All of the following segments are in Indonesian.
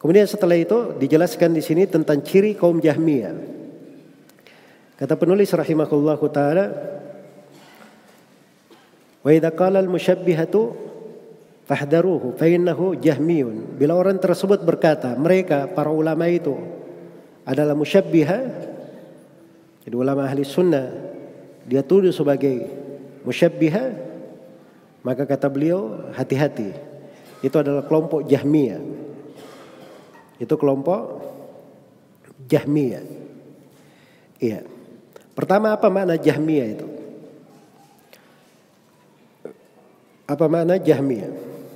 Kemudian setelah itu dijelaskan di sini tentang ciri kaum Jahmiyah. Kata penulis rahimahullahu taala, wa idza qala al-musyabbihatu fahdaruhu fa innahu jahmiyun. Bila orang tersebut berkata, mereka para ulama itu adalah musyabbiha, jadi ulama ahli sunnah dia tuduh sebagai musyabbiha, maka kata beliau hati-hati, itu adalah kelompok Jahmiyah. Itu kelompok Jahmiyah. Iya. Pertama, apa makna Jahmiyah itu? Apa makna Jahmiyah?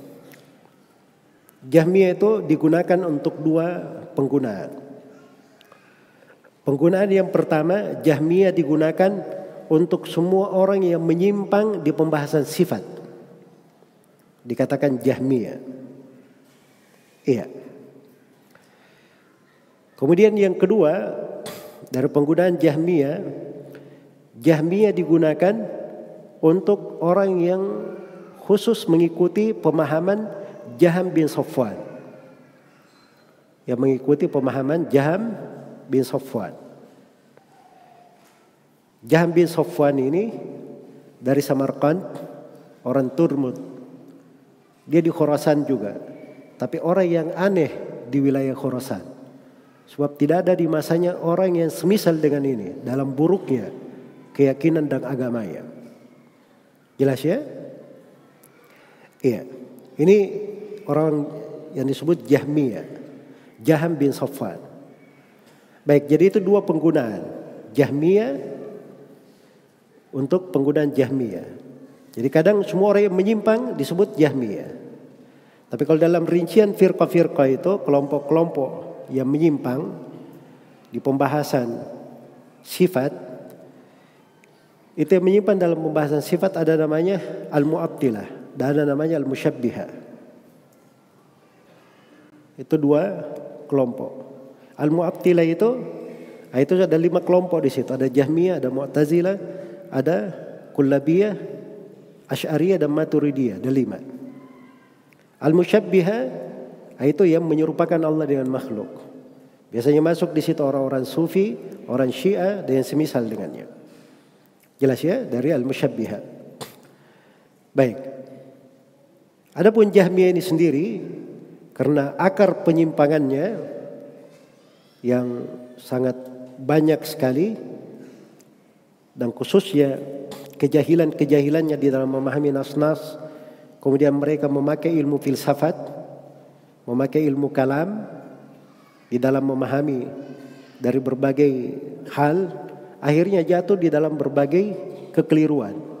Jahmiyah itu digunakan untuk dua penggunaan. Penggunaan yang pertama, Jahmiyah digunakan untuk semua orang yang menyimpang di pembahasan sifat. Dikatakan Jahmiyah. Iya. Kemudian yang kedua, dari penggunaan Jahmiyah, Jahmiyah digunakan untuk orang yang khusus mengikuti pemahaman Jaham bin Safwan. Yang mengikuti pemahaman Jaham bin Safwan. Jaham bin Safwan ini dari Samarkand, orang Turmud. Dia di Khurasan juga, tapi orang yang aneh di wilayah Khurasan. Sebab tidak ada di masanya orang yang semisal dengan ini dalam buruknya keyakinan dan agamanya. Jelas ya? Iya. Ini orang yang disebut Jahmiyah, Jaham bin Safwan. Baik, jadi itu dua penggunaan. Jahmiyah untuk penggunaan Jahmiyah. Jadi kadang semua orang yang menyimpang disebut Jahmiyah. Tapi kalau dalam rincian firqah-firqah itu kelompok-kelompok yang menyimpang di pembahasan sifat, itu yang menyimpang dalam pembahasan sifat ada namanya al-mu'attilah dan ada namanya al-musyabbihah. Itu dua kelompok. Al-mu'attilah itu ada 5 kelompok di situ. Ada Jahmiyah, ada Mu'tazilah, ada Kullabiyah, Asy'ariyah dan Maturidiyah. Ada 5. Al-musyabbihah itu yang menyerupakan Allah dengan makhluk. Biasanya masuk di situ orang-orang Sufi, orang Syiah dan yang semisal dengannya. Jelas ya, dari al-musyabbihah. Baik. Adapun Jahmiyah ini sendiri, karena akar penyimpangannya yang sangat banyak sekali dan khususnya kejahilannya di dalam memahami nas-nas, kemudian mereka memakai ilmu filsafat, memakai ilmu kalam di dalam memahami dari berbagai hal, akhirnya jatuh di dalam berbagai kekeliruan.